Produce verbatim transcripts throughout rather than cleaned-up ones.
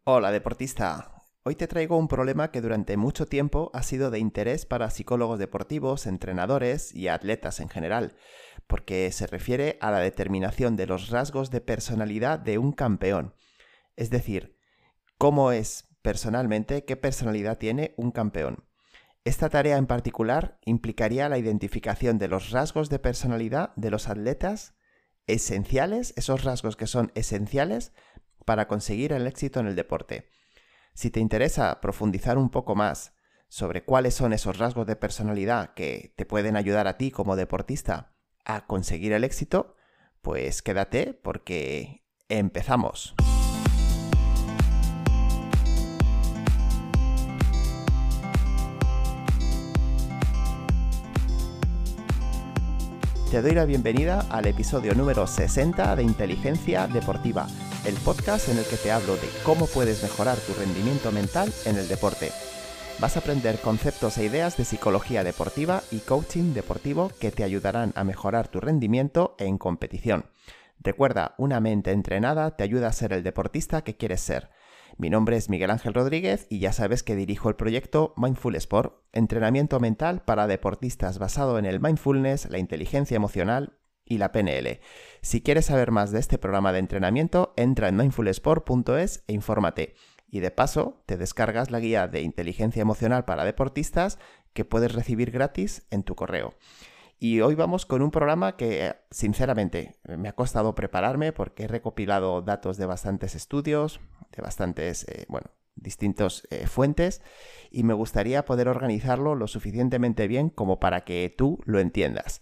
Hola, deportista. Hoy te traigo un problema que durante mucho tiempo ha sido de interés para psicólogos deportivos, entrenadores y atletas en general, porque se refiere a la determinación de los rasgos de personalidad de un campeón. Es decir, cómo es personalmente, qué personalidad tiene un campeón. Esta tarea en particular implicaría la identificación de los rasgos de personalidad de los atletas esenciales, esos rasgos que son esenciales para conseguir el éxito en el deporte. Si te interesa profundizar un poco más sobre cuáles son esos rasgos de personalidad que te pueden ayudar a ti como deportista a conseguir el éxito, pues quédate porque empezamos. Te doy la bienvenida al episodio número sesenta de Inteligencia Deportiva, el podcast en el que te hablo de cómo puedes mejorar tu rendimiento mental en el deporte. Vas a aprender conceptos e ideas de psicología deportiva y coaching deportivo que te ayudarán a mejorar tu rendimiento en competición. Recuerda, una mente entrenada te ayuda a ser el deportista que quieres ser. Mi nombre es Miguel Ángel Rodríguez y ya sabes que dirijo el proyecto Mindful Sport, entrenamiento mental para deportistas basado en el mindfulness, la inteligencia emocional y la P N L. Si quieres saber más de este programa de entrenamiento, entra en mindful sport punto es e infórmate. Y de paso, te descargas la guía de inteligencia emocional para deportistas que puedes recibir gratis en tu correo. Y hoy vamos con un programa que, sinceramente, me ha costado prepararme porque he recopilado datos de bastantes estudios, de bastantes, eh, bueno, distintas eh, fuentes, y me gustaría poder organizarlo lo suficientemente bien como para que tú lo entiendas.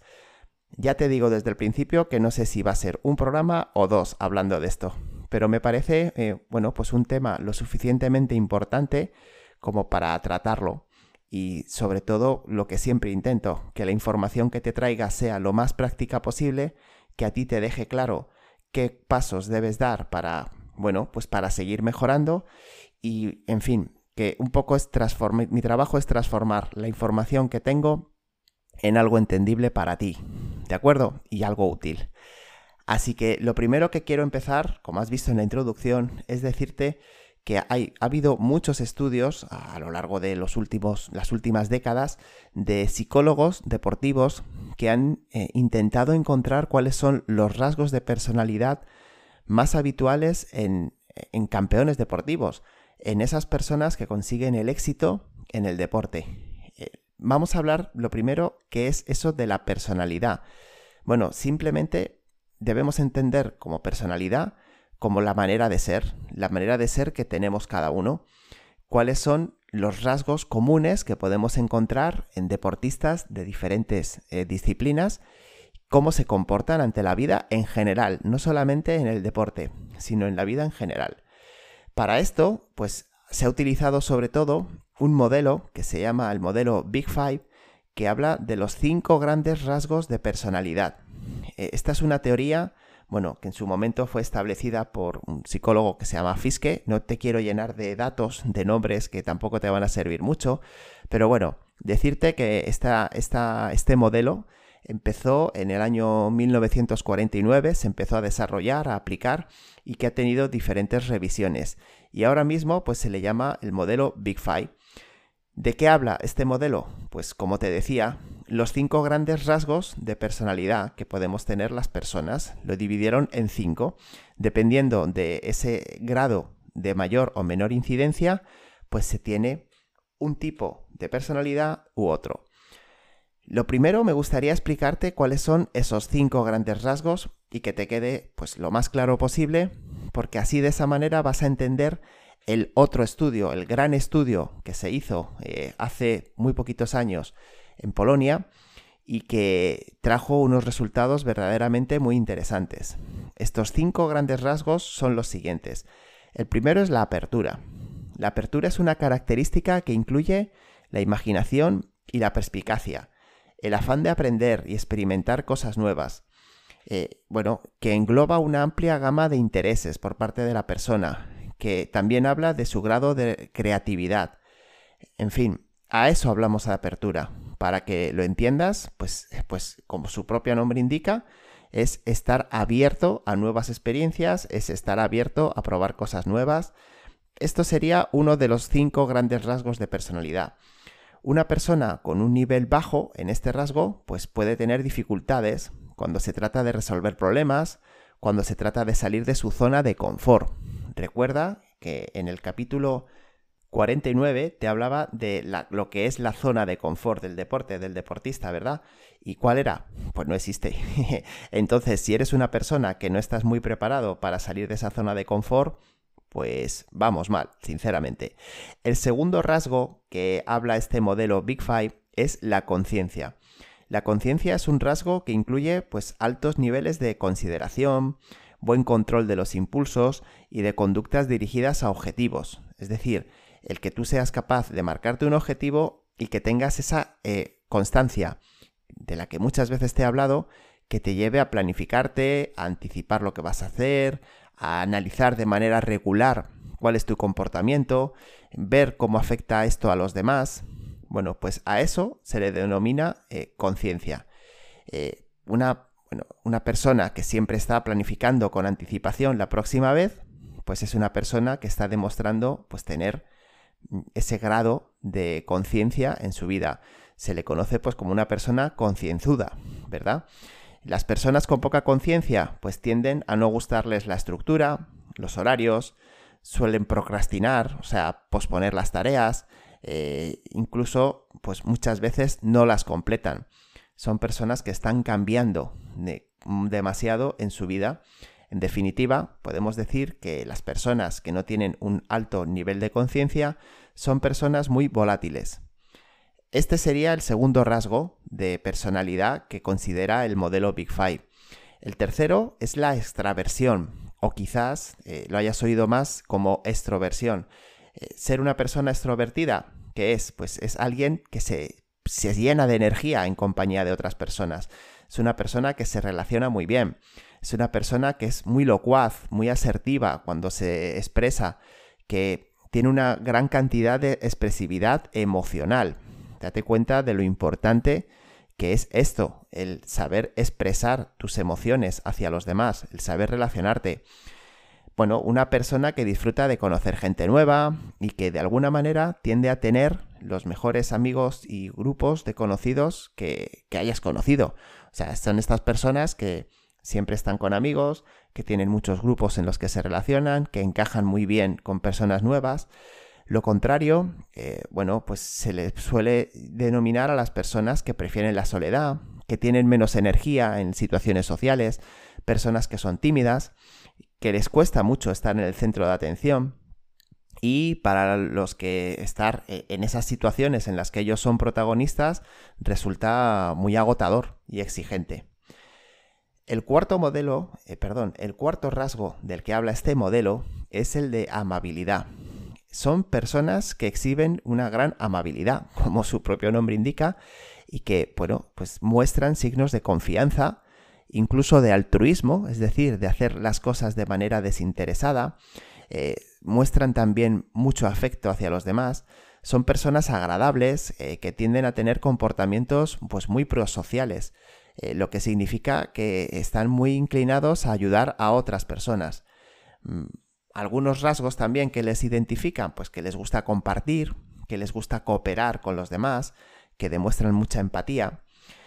Ya te digo desde el principio que no sé si va a ser un programa o dos hablando de esto, pero me parece, eh, bueno, pues un tema lo suficientemente importante como para tratarlo. Y sobre todo, lo que siempre intento, que la información que te traiga sea lo más práctica posible, que a ti te deje claro qué pasos debes dar para, bueno, pues para seguir mejorando y, en fin, que un poco es transformar, mi trabajo es transformar la información que tengo en algo entendible para ti, ¿de acuerdo? Y algo útil. Así que lo primero que quiero empezar, como has visto en la introducción, es decirte que hay, ha habido muchos estudios a lo largo de los últimos, las últimas décadas de psicólogos deportivos que han eh, intentado encontrar cuáles son los rasgos de personalidad más habituales en, en campeones deportivos, en esas personas que consiguen el éxito en el deporte. Eh, vamos a hablar lo primero, que es eso de la personalidad. Bueno, simplemente debemos entender como personalidad como la manera de ser, la manera de ser que tenemos cada uno. ¿Cuáles son los rasgos comunes que podemos encontrar en deportistas de diferentes eh, disciplinas? ¿Cómo se comportan ante la vida en general? No solamente en el deporte, sino en la vida en general. Para esto, pues se ha utilizado sobre todo un modelo que se llama el modelo Big Five, que habla de los cinco grandes rasgos de personalidad. Eh, esta es una teoría Bueno, que en su momento fue establecida por un psicólogo que se llama Fiske. No te quiero llenar de datos, de nombres que tampoco te van a servir mucho, pero bueno, decirte que esta, esta, este modelo empezó en el año mil novecientos cuarenta y nueve, se empezó a desarrollar, a aplicar y que ha tenido diferentes revisiones. Y ahora mismo pues se le llama el modelo Big Five. ¿De qué habla este modelo? Pues como te decía, los cinco grandes rasgos de personalidad que podemos tener las personas lo dividieron en cinco. Dependiendo de ese grado de mayor o menor incidencia, pues se tiene un tipo de personalidad u otro. Lo primero me gustaría explicarte cuáles son esos cinco grandes rasgos y que te quede pues lo más claro posible, porque así de esa manera vas a entender el otro estudio, el gran estudio que se hizo eh, hace muy poquitos años en Polonia y que trajo unos resultados verdaderamente muy interesantes. Estos cinco grandes rasgos son los siguientes. El primero es la apertura. La apertura es una característica que incluye la imaginación y la perspicacia, el afán de aprender y experimentar cosas nuevas. Eh, bueno, que engloba una amplia gama de intereses por parte de la persona, que también habla de su grado de creatividad. En fin, a eso hablamos de apertura. Para que lo entiendas, pues, pues como su propio nombre indica, es estar abierto a nuevas experiencias, es estar abierto a probar cosas nuevas, Esto sería uno de los cinco grandes rasgos de personalidad. Una persona con un nivel bajo en este rasgo pues puede tener dificultades cuando se trata de resolver problemas, cuando se trata de salir de su zona de confort. Recuerda que en el capítulo cuarenta y nueve te hablaba de la, lo que es la zona de confort del deporte, del deportista, ¿verdad? ¿Y cuál era? Pues no existe. Entonces, si eres una persona que no estás muy preparado para salir de esa zona de confort, pues vamos mal, sinceramente. El segundo rasgo que habla este modelo Big Five es la conciencia. La conciencia es un rasgo que incluye pues, altos niveles de consideración, buen control de los impulsos y de conductas dirigidas a objetivos. Es decir, el que tú seas capaz de marcarte un objetivo y que tengas esa eh, constancia de la que muchas veces te he hablado, que te lleve a planificarte, a anticipar lo que vas a hacer, a analizar de manera regular cuál es tu comportamiento, ver cómo afecta esto a los demás. Bueno, pues a eso se le denomina eh, conciencia. Eh, una, bueno, una persona que siempre está planificando con anticipación la próxima vez, pues es una persona que está demostrando pues, tener ese grado de conciencia en su vida. Se le conoce pues, como una persona concienzuda, ¿verdad? Las personas con poca conciencia pues tienden a no gustarles la estructura, los horarios, suelen procrastinar, o sea, posponer las tareas, eh, incluso pues muchas veces no las completan. Son personas que están cambiando de, demasiado en su vida. En definitiva, podemos decir que las personas que no tienen un alto nivel de conciencia son personas muy volátiles. Este sería el segundo rasgo de personalidad que considera el modelo Big Five. El tercero es la extraversión, o quizás eh, lo hayas oído más como extroversión. Eh, ser una persona extrovertida, ¿qué es? Pues es alguien que se, se llena de energía en compañía de otras personas. Es una persona que se relaciona muy bien. Es una persona que es muy locuaz, muy asertiva cuando se expresa, que tiene una gran cantidad de expresividad emocional. Date cuenta de lo importante que es esto, el saber expresar tus emociones hacia los demás, el saber relacionarte. Bueno, una persona que disfruta de conocer gente nueva y que de alguna manera tiende a tener los mejores amigos y grupos de conocidos que, que hayas conocido. O sea, son estas personas que siempre están con amigos, que tienen muchos grupos en los que se relacionan, que encajan muy bien con personas nuevas. Lo contrario, eh, bueno, pues se les suele denominar a las personas que prefieren la soledad, que tienen menos energía en situaciones sociales, personas que son tímidas, que les cuesta mucho estar en el centro de atención, y para los que estar en esas situaciones en las que ellos son protagonistas resulta muy agotador y exigente. El cuarto modelo, eh, perdón, el cuarto rasgo del que habla este modelo es el de amabilidad. Son personas que exhiben una gran amabilidad, como su propio nombre indica, y que, bueno, pues muestran signos de confianza, incluso de altruismo, es decir, de hacer las cosas de manera desinteresada. Eh, muestran también mucho afecto hacia los demás. Son personas agradables eh, que tienden a tener comportamientos pues, muy prosociales, eh, lo que significa que están muy inclinados a ayudar a otras personas. Mm. Algunos rasgos también que les identifican, pues que les gusta compartir, que les gusta cooperar con los demás, que demuestran mucha empatía.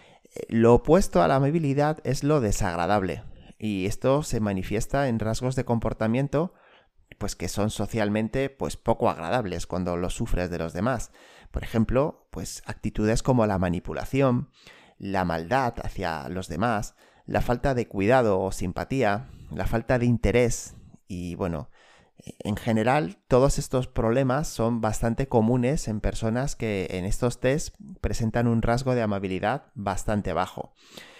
Lo opuesto a la amabilidad es lo desagradable, y esto se manifiesta en rasgos de comportamiento pues que son socialmente pues poco agradables cuando los sufres de los demás. Por ejemplo, pues actitudes como la manipulación, la maldad hacia los demás, la falta de cuidado o simpatía, la falta de interés. Y bueno, en general todos estos problemas son bastante comunes en personas que en estos test presentan un rasgo de amabilidad bastante bajo.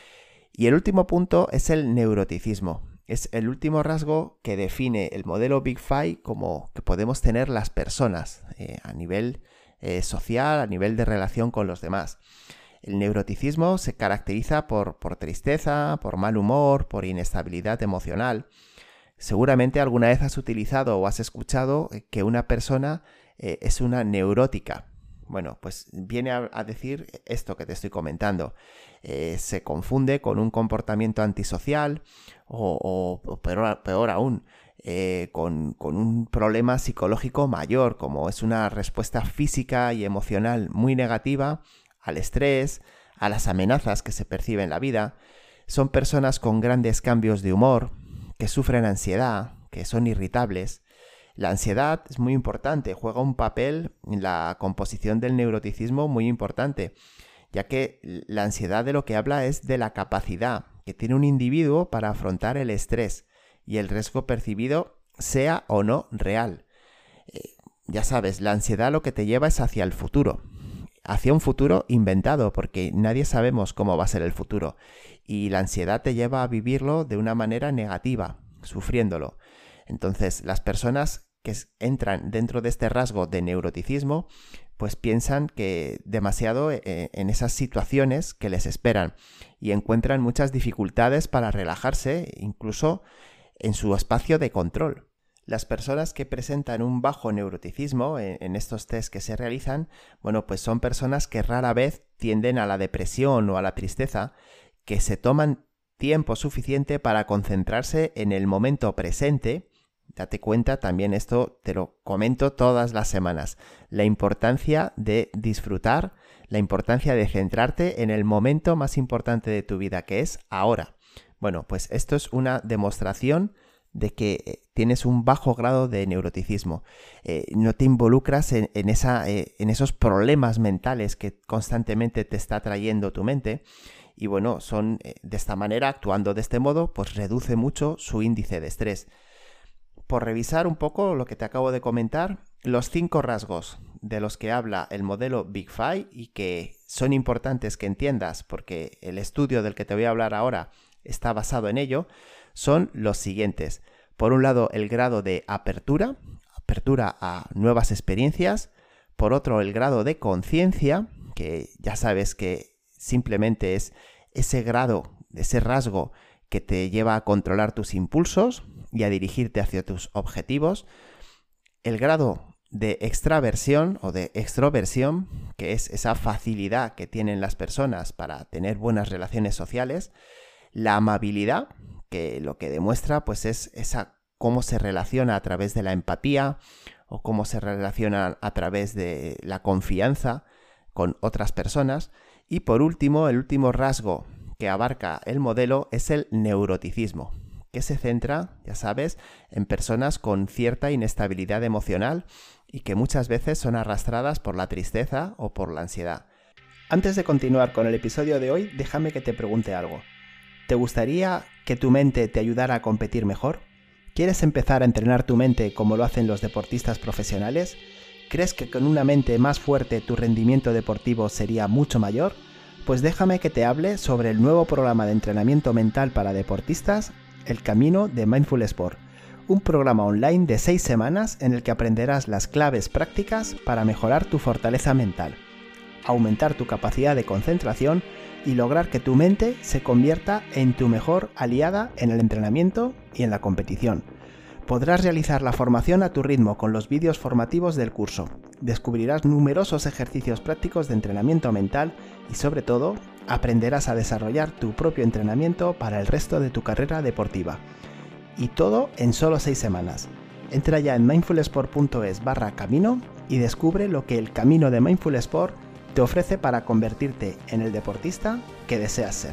Y el último punto es el neuroticismo. Es el último rasgo que define el modelo Big Five como que podemos tener las personas eh, a nivel eh, social, a nivel de relación con los demás. El neuroticismo se caracteriza por, por tristeza, por mal humor, por inestabilidad emocional. Seguramente alguna vez has utilizado o has escuchado que una persona eh, es una neurótica. Bueno, pues viene a, a decir esto que te estoy comentando. Eh, se confunde con un comportamiento antisocial o, o, o peor, peor aún, eh, con, con un problema psicológico mayor, como es una respuesta física y emocional muy negativa al estrés, a las amenazas que se perciben en la vida. Son personas con grandes cambios de humor, que sufren ansiedad, que son irritables. La ansiedad es muy importante, juega un papel en la composición del neuroticismo muy importante, ya que la ansiedad de lo que habla es de la capacidad que tiene un individuo para afrontar el estrés y el riesgo percibido sea o no real. Eh, ya sabes, la ansiedad lo que te lleva es hacia el futuro, hacia un futuro inventado, porque nadie sabemos cómo va a ser el futuro. Y la ansiedad te lleva a vivirlo de una manera negativa, sufriéndolo. Entonces, las personas que entran dentro de este rasgo de neuroticismo, pues piensan que demasiado eh, en esas situaciones que les esperan y encuentran muchas dificultades para relajarse, incluso en su espacio de control. Las personas que presentan un bajo neuroticismo en, en estos test que se realizan, bueno, pues son personas que rara vez tienden a la depresión o a la tristeza, que se toman tiempo suficiente para concentrarse en el momento presente. Date cuenta, también esto te lo comento todas las semanas, la importancia de disfrutar, la importancia de centrarte en el momento más importante de tu vida, que es ahora. Bueno, pues esto es una demostración de que tienes un bajo grado de neuroticismo. Eh, no te involucras en, en, esa, eh, en esos problemas mentales que constantemente te está trayendo tu mente. Y bueno, son eh, de esta manera, actuando de este modo, pues reduce mucho su índice de estrés. Por revisar un poco lo que te acabo de comentar, los cinco rasgos de los que habla el modelo Big Five y que son importantes que entiendas porque el estudio del que te voy a hablar ahora está basado en ello, son los siguientes. Por un lado, el grado de apertura, apertura a nuevas experiencias. Por otro, el grado de conciencia, que ya sabes que simplemente es ese grado, ese rasgo que te lleva a controlar tus impulsos y a dirigirte hacia tus objetivos. El grado de extraversión o de extroversión, que es esa facilidad que tienen las personas para tener buenas relaciones sociales. La amabilidad, que lo que demuestra pues es esa cómo se relaciona a través de la empatía o cómo se relaciona a través de la confianza con otras personas. Y por último, el último rasgo que abarca el modelo es el neuroticismo, que se centra, ya sabes, en personas con cierta inestabilidad emocional y que muchas veces son arrastradas por la tristeza o por la ansiedad. Antes de continuar con el episodio de hoy, déjame que te pregunte algo. ¿Te gustaría que tu mente te ayudara a competir mejor? ¿Quieres empezar a entrenar tu mente como lo hacen los deportistas profesionales? ¿Crees que con una mente más fuerte tu rendimiento deportivo sería mucho mayor? Pues déjame que te hable sobre el nuevo programa de entrenamiento mental para deportistas, El Camino de Mindful Sport, un programa online de seis semanas en el que aprenderás las claves prácticas para mejorar tu fortaleza mental, aumentar tu capacidad de concentración y lograr que tu mente se convierta en tu mejor aliada en el entrenamiento y en la competición. Podrás realizar la formación a tu ritmo con los vídeos formativos del curso. Descubrirás numerosos ejercicios prácticos de entrenamiento mental y, sobre todo, aprenderás a desarrollar tu propio entrenamiento para el resto de tu carrera deportiva. Y todo en solo seis semanas. Entra ya en mindfulsport.es barra camino y descubre lo que el camino de Mindful Sport te ofrece para convertirte en el deportista que deseas ser.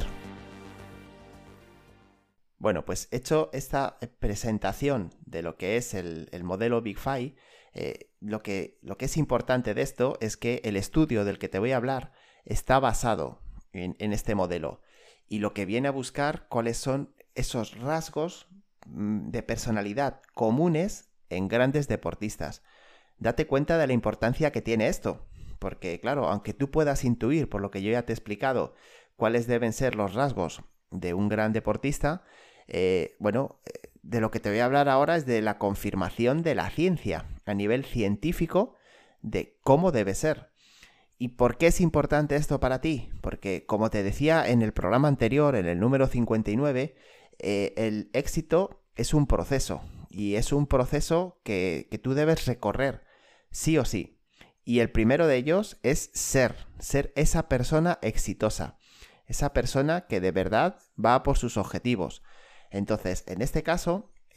Bueno, pues hecho esta presentación de lo que es el, el modelo Big Five, eh, lo, que, lo que es importante de esto es que el estudio del que te voy a hablar está basado en, en este modelo y lo que viene a buscar cuáles son esos rasgos mm, de personalidad comunes en grandes deportistas. Date cuenta de la importancia que tiene esto. Porque, claro, aunque tú puedas intuir, por lo que yo ya te he explicado, cuáles deben ser los rasgos de un gran deportista, eh, bueno, de lo que te voy a hablar ahora es de la confirmación de la ciencia, a nivel científico, de cómo debe ser. ¿Y por qué es importante esto para ti? Porque, como te decía en el programa anterior, en el número cincuenta y nueve, eh, el éxito es un proceso, y es un proceso que, que tú debes recorrer, sí o sí. Y el primero de ellos es ser, ser esa persona exitosa, esa persona que de verdad va por sus objetivos. Entonces, en este caso, el,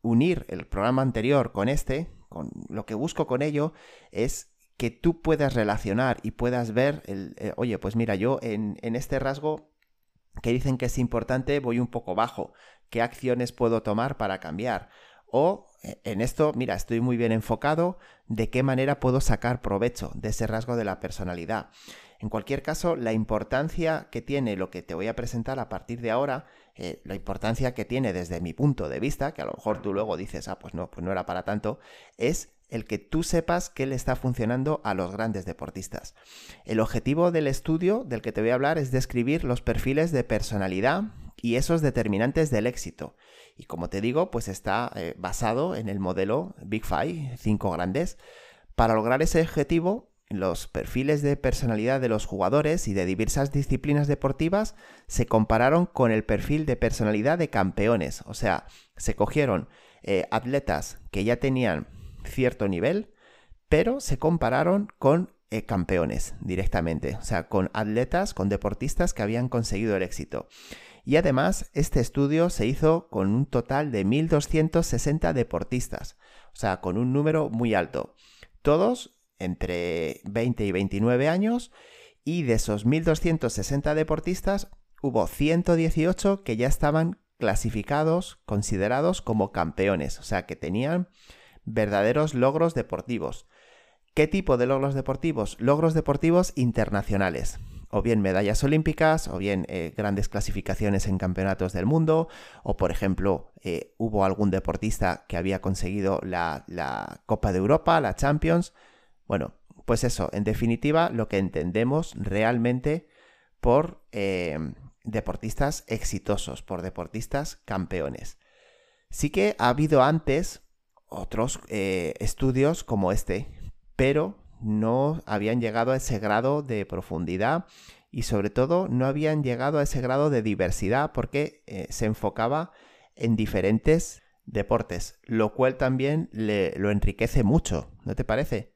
unir el programa anterior con este, con lo que busco con ello es que tú puedas relacionar y puedas ver, el, eh, oye, pues mira, yo en, en este rasgo que dicen que es importante voy un poco bajo. ¿Qué acciones puedo tomar para cambiar? O en esto, mira, estoy muy bien enfocado, ¿de qué manera puedo sacar provecho de ese rasgo de la personalidad? En cualquier caso, la importancia que tiene lo que te voy a presentar a partir de ahora, eh, la importancia que tiene desde mi punto de vista, que a lo mejor tú luego dices, ah, pues no, pues no era para tanto, es el que tú sepas qué le está funcionando a los grandes deportistas. El objetivo del estudio del que te voy a hablar es describir los perfiles de personalidad y esos determinantes del éxito. Y como te digo, pues está eh, basado en el modelo Big Five, cinco grandes. Para lograr ese objetivo, los perfiles de personalidad de los jugadores y de diversas disciplinas deportivas se compararon con el perfil de personalidad de campeones. O sea, se cogieron eh, atletas que ya tenían cierto nivel, pero se compararon con eh, campeones directamente, o sea, con atletas, con deportistas que habían conseguido el éxito. Y además, este estudio se hizo con un total de mil doscientos sesenta deportistas, o sea, con un número muy alto. Todos entre veinte y veintinueve años, y de esos mil doscientos sesenta deportistas, hubo ciento dieciocho que ya estaban clasificados, considerados como campeones, o sea, que tenían verdaderos logros deportivos. ¿Qué tipo de logros deportivos? Logros deportivos internacionales, o bien medallas olímpicas, o bien eh, grandes clasificaciones en campeonatos del mundo, o por ejemplo, eh, hubo algún deportista que había conseguido la, la Copa de Europa, la Champions. Bueno, pues eso, en definitiva, lo que entendemos realmente por eh, deportistas exitosos, por deportistas campeones. Sí que ha habido antes otros eh, estudios como este, pero no habían llegado a ese grado de profundidad y sobre todo no habían llegado a ese grado de diversidad porque eh, se enfocaba en diferentes deportes, lo cual también le, lo enriquece mucho, ¿no te parece?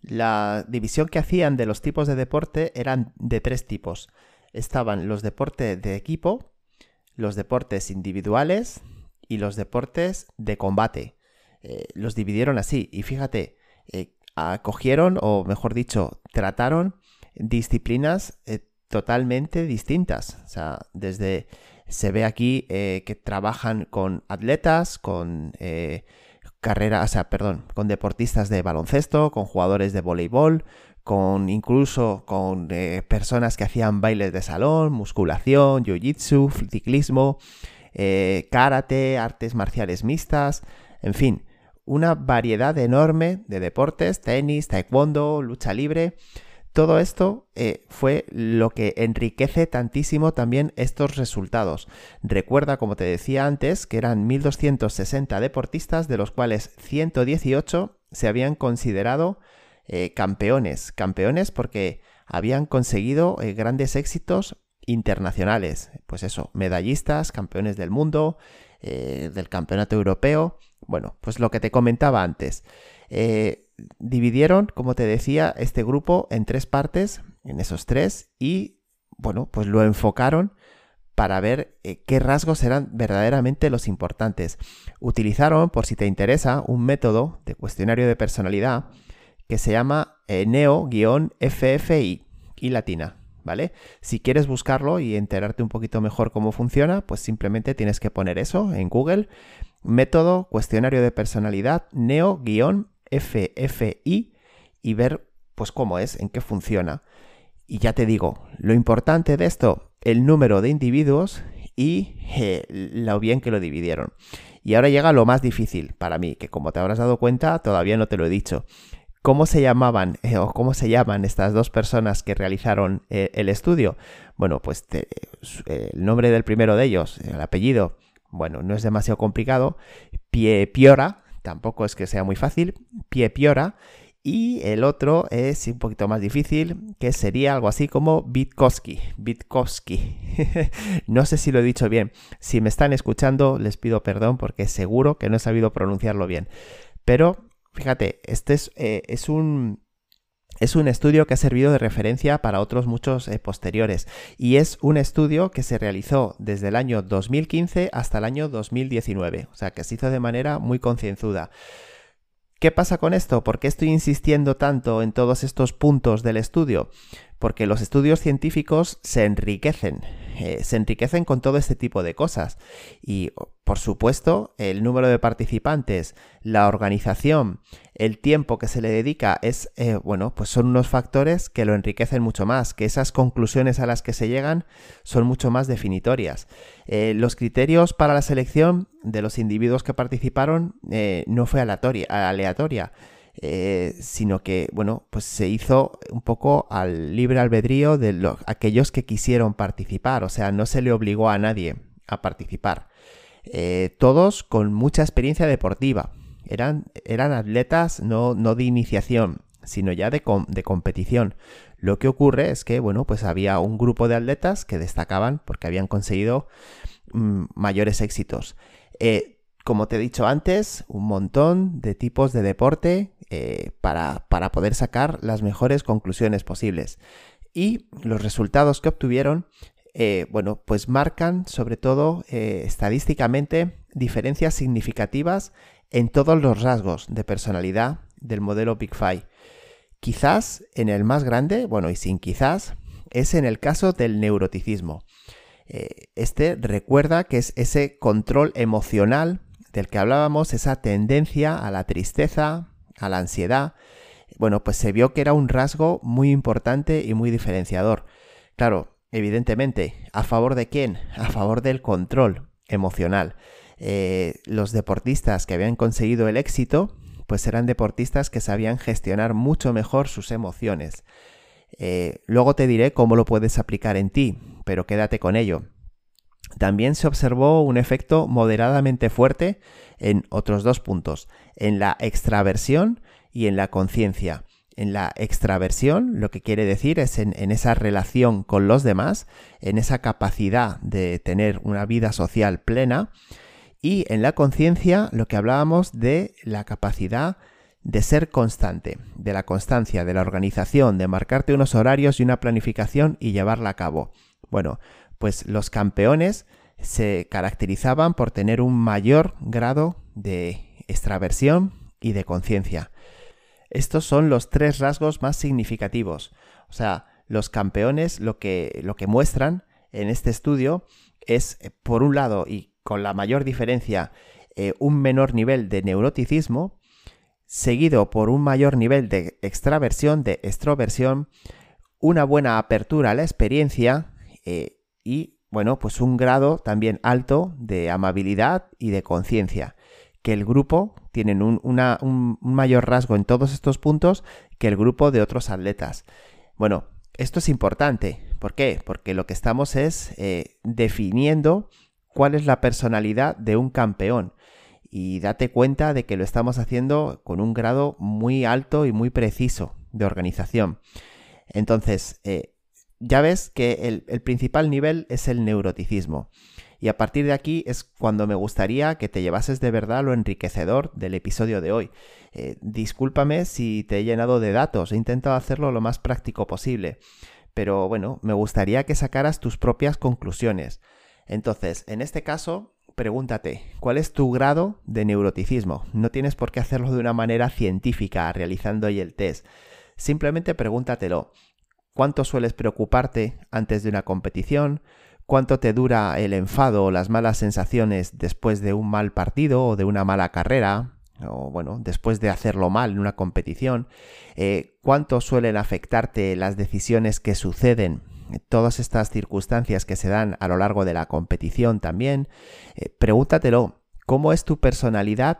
La división que hacían de los tipos de deporte eran de tres tipos. Estaban los deportes de equipo, los deportes individuales y los deportes de combate. Eh, los dividieron así y fíjate, eh, acogieron o mejor dicho, trataron disciplinas eh, totalmente distintas. O sea, desde se ve aquí eh, que trabajan con atletas, con eh, carreras, o sea, perdón, con deportistas de baloncesto, con jugadores de voleibol, con incluso con eh, personas que hacían bailes de salón, musculación, jiu-jitsu, ciclismo, eh, karate, artes marciales mixtas, en fin, una variedad enorme de deportes, tenis, taekwondo, lucha libre. Todo esto eh, fue lo que enriquece tantísimo también estos resultados. Recuerda, como te decía antes, que eran mil doscientos sesenta deportistas, de los cuales ciento dieciocho se habían considerado eh, campeones. Campeones porque habían conseguido eh, grandes éxitos internacionales. Pues eso, medallistas, campeones del mundo, eh, del campeonato europeo. Bueno, pues lo que te comentaba antes. Eh, dividieron, como te decía, este grupo en tres partes, en esos tres, y bueno, pues lo enfocaron para ver eh, qué rasgos eran verdaderamente los importantes. Utilizaron, por si te interesa, un método de cuestionario de personalidad que se llama eh, Neo-F F I, y latina, ¿vale? Si quieres buscarlo y enterarte un poquito mejor cómo funciona, pues simplemente tienes que poner eso en Google. Método cuestionario de personalidad Neo-F F I y ver pues cómo es, en qué funciona. Y ya te digo, lo importante de esto, el número de individuos y eh, lo bien que lo dividieron. Y ahora llega lo más difícil para mí, que como te habrás dado cuenta, todavía no te lo he dicho. ¿Cómo se llamaban eh, o cómo se llaman estas dos personas que realizaron eh, el estudio? Bueno, pues te, eh, el nombre del primero de ellos, el apellido, bueno, no es demasiado complicado. Piepiora, tampoco es que sea muy fácil. Piepiora. Y el otro es un poquito más difícil, que sería algo así como Witkowski. Witkowski. No sé si lo he dicho bien. Si me están escuchando, les pido perdón porque seguro que no he sabido pronunciarlo bien. Pero, fíjate, este es, eh, es un Es un estudio que ha servido de referencia para otros muchos eh, posteriores y es un estudio que se realizó desde el año dos mil quince hasta el año dos mil diecinueve, o sea que se hizo de manera muy concienzuda. ¿Qué pasa con esto? ¿Por qué estoy insistiendo tanto en todos estos puntos del estudio? Porque los estudios científicos se enriquecen, eh, se enriquecen con todo este tipo de cosas. Y, por supuesto, el número de participantes, la organización, el tiempo que se le dedica, es, eh, bueno, pues son unos factores que lo enriquecen mucho más, que esas conclusiones a las que se llegan son mucho más definitorias. Eh, los criterios para la selección de los individuos que participaron eh, no fue aleatoria, aleatoria. Eh, sino que, bueno, pues se hizo un poco al libre albedrío de los, aquellos que quisieron participar, o sea, no se le obligó a nadie a participar. Eh, todos con mucha experiencia deportiva, eran, eran atletas no, no de iniciación, sino ya de, com de competición. Lo que ocurre es que, bueno, pues había un grupo de atletas que destacaban porque habían conseguido mmm, mayores éxitos. Eh, Como te he dicho antes, un montón de tipos de deporte eh, para, para poder sacar las mejores conclusiones posibles. Y los resultados que obtuvieron, eh, bueno, pues marcan sobre todo eh, estadísticamente diferencias significativas en todos los rasgos de personalidad del modelo Big Five. Quizás en el más grande, bueno, y sin quizás, es en el caso del neuroticismo. Eh, este recuerda que es ese control emocional del que hablábamos, esa tendencia a la tristeza, a la ansiedad. Bueno, pues se vio que era un rasgo muy importante y muy diferenciador. Claro, evidentemente, ¿a favor de quién? A favor del control emocional. Eh, los deportistas que habían conseguido el éxito, pues eran deportistas que sabían gestionar mucho mejor sus emociones. Eh, luego te diré cómo lo puedes aplicar en ti, pero quédate con ello. También se observó un efecto moderadamente fuerte en otros dos puntos, en la extraversión y en la conciencia. En la extraversión, lo que quiere decir es en, en esa relación con los demás, en esa capacidad de tener una vida social plena, y en la conciencia, lo que hablábamos de la capacidad de ser constante, de la constancia, de la organización, de marcarte unos horarios y una planificación y llevarla a cabo. Bueno, pues los campeones se caracterizaban por tener un mayor grado de extraversión y de conciencia. Estos son los tres rasgos más significativos. O sea, los campeones lo que, lo que muestran en este estudio es, por un lado, y con la mayor diferencia, eh, un menor nivel de neuroticismo, seguido por un mayor nivel de extraversión, de extroversión, una buena apertura a la experiencia, eh, y, bueno, pues un grado también alto de amabilidad y de conciencia. Que el grupo tienen un, una, un, un mayor rasgo en todos estos puntos que el grupo de otros atletas. Bueno, esto es importante. ¿Por qué? Porque lo que estamos es eh, definiendo cuál es la personalidad de un campeón. Y date cuenta de que lo estamos haciendo con un grado muy alto y muy preciso de organización. Entonces, eh, ya ves que el, el principal nivel es el neuroticismo. Y a partir de aquí es cuando me gustaría que te llevases de verdad lo enriquecedor del episodio de hoy. Eh, discúlpame si te he llenado de datos, he intentado hacerlo lo más práctico posible. Pero bueno, me gustaría que sacaras tus propias conclusiones. Entonces, en este caso, pregúntate, ¿cuál es tu grado de neuroticismo? No tienes por qué hacerlo de una manera científica, realizando ahí el test. Simplemente pregúntatelo. ¿Cuánto sueles preocuparte antes de una competición? ¿Cuánto te dura el enfado o las malas sensaciones después de un mal partido o de una mala carrera? O bueno, después de hacerlo mal en una competición. Eh, ¿Cuánto suelen afectarte las decisiones que suceden? Todas estas circunstancias que se dan a lo largo de la competición también. Eh, pregúntatelo, ¿cómo es tu personalidad?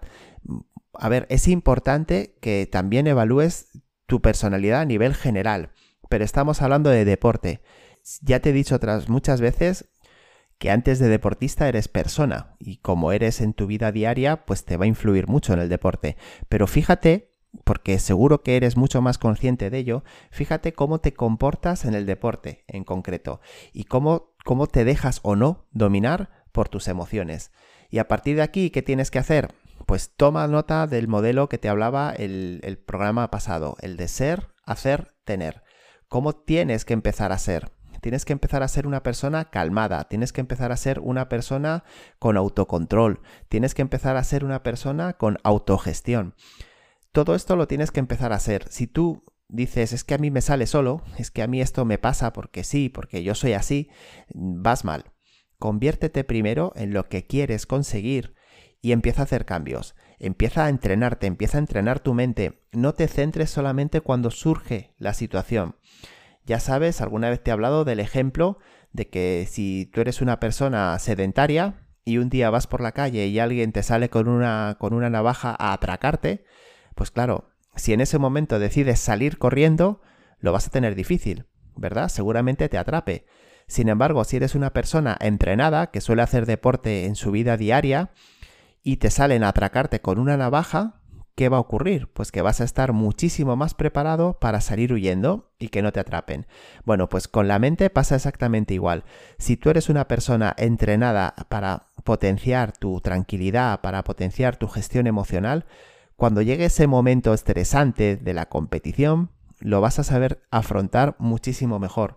A ver, es importante que también evalúes tu personalidad a nivel general. Pero estamos hablando de deporte. Ya te he dicho otras muchas veces que antes de deportista eres persona y como eres en tu vida diaria, pues te va a influir mucho en el deporte. Pero fíjate, porque seguro que eres mucho más consciente de ello, fíjate cómo te comportas en el deporte en concreto y cómo, cómo te dejas o no dominar por tus emociones. Y a partir de aquí, ¿qué tienes que hacer? Pues toma nota del modelo que te hablaba el, el programa pasado, el de ser, hacer, tener. ¿Cómo tienes que empezar a ser? Tienes que empezar a ser una persona calmada, tienes que empezar a ser una persona con autocontrol, tienes que empezar a ser una persona con autogestión. Todo esto lo tienes que empezar a ser. Si tú dices, es que a mí me sale solo, es que a mí esto me pasa porque sí, porque yo soy así, vas mal. Conviértete primero en lo que quieres conseguir y empieza a hacer cambios. Empieza a entrenarte, empieza a entrenar tu mente. No te centres solamente cuando surge la situación. Ya sabes, alguna vez te he hablado del ejemplo de que si tú eres una persona sedentaria y un día vas por la calle y alguien te sale con una, con una navaja a atracarte, pues claro, si en ese momento decides salir corriendo, lo vas a tener difícil, ¿verdad? Seguramente te atrape. Sin embargo, si eres una persona entrenada que suele hacer deporte en su vida diaria y te salen a atracarte con una navaja, ¿qué va a ocurrir? Pues que vas a estar muchísimo más preparado para salir huyendo y que no te atrapen. Bueno, pues con la mente pasa exactamente igual. Si tú eres una persona entrenada para potenciar tu tranquilidad, para potenciar tu gestión emocional, cuando llegue ese momento estresante de la competición, lo vas a saber afrontar muchísimo mejor.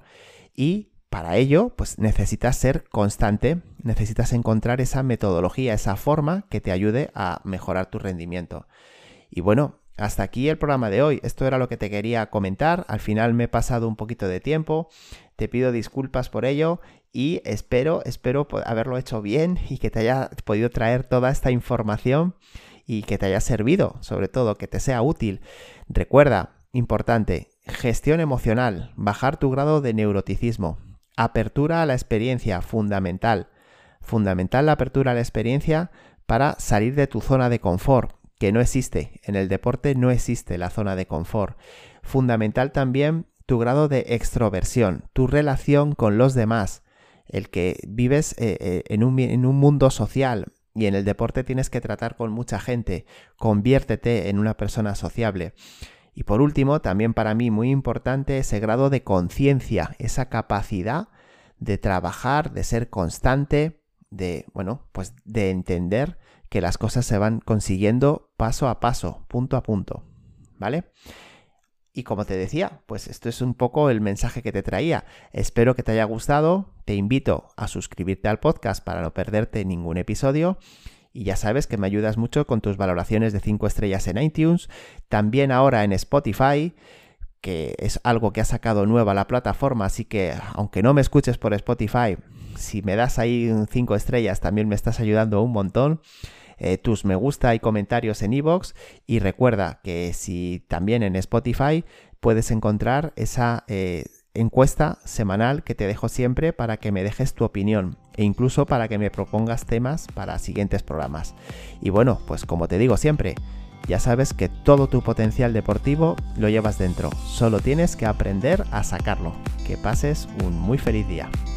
Y para ello, pues necesitas ser constante, necesitas encontrar esa metodología, esa forma que te ayude a mejorar tu rendimiento. Y bueno, hasta aquí el programa de hoy. Esto era lo que te quería comentar. Al final me he pasado un poquito de tiempo. Te pido disculpas por ello y espero, espero haberlo hecho bien y que te haya podido traer toda esta información y que te haya servido, sobre todo, que te sea útil. Recuerda, importante, gestión emocional, bajar tu grado de neuroticismo, apertura a la experiencia, fundamental. Fundamental la apertura a la experiencia para salir de tu zona de confort, que no existe. En el deporte no existe la zona de confort. Fundamental también tu grado de extroversión, tu relación con los demás, el que vives eh, eh, en, un, en un mundo social y en el deporte tienes que tratar con mucha gente. Conviértete en una persona sociable. Y por último, también para mí muy importante ese grado de conciencia, esa capacidad de trabajar, de ser constante, de, bueno, pues de entender que las cosas se van consiguiendo paso a paso, punto a punto, ¿vale? Y como te decía, pues esto es un poco el mensaje que te traía. Espero que te haya gustado. Te invito a suscribirte al podcast para no perderte ningún episodio. Y ya sabes que me ayudas mucho con tus valoraciones de cinco estrellas en iTunes. También ahora en Spotify, que es algo que ha sacado nueva la plataforma. Así que, aunque no me escuches por Spotify, si me das ahí cinco estrellas también me estás ayudando un montón. Eh, tus me gusta y comentarios en iVoox, y recuerda que si también en Spotify puedes encontrar esa eh, encuesta semanal que te dejo siempre para que me dejes tu opinión e incluso para que me propongas temas para siguientes programas. Y bueno, pues como te digo siempre, ya sabes que todo tu potencial deportivo lo llevas dentro, solo tienes que aprender a sacarlo. Que pases un muy feliz día.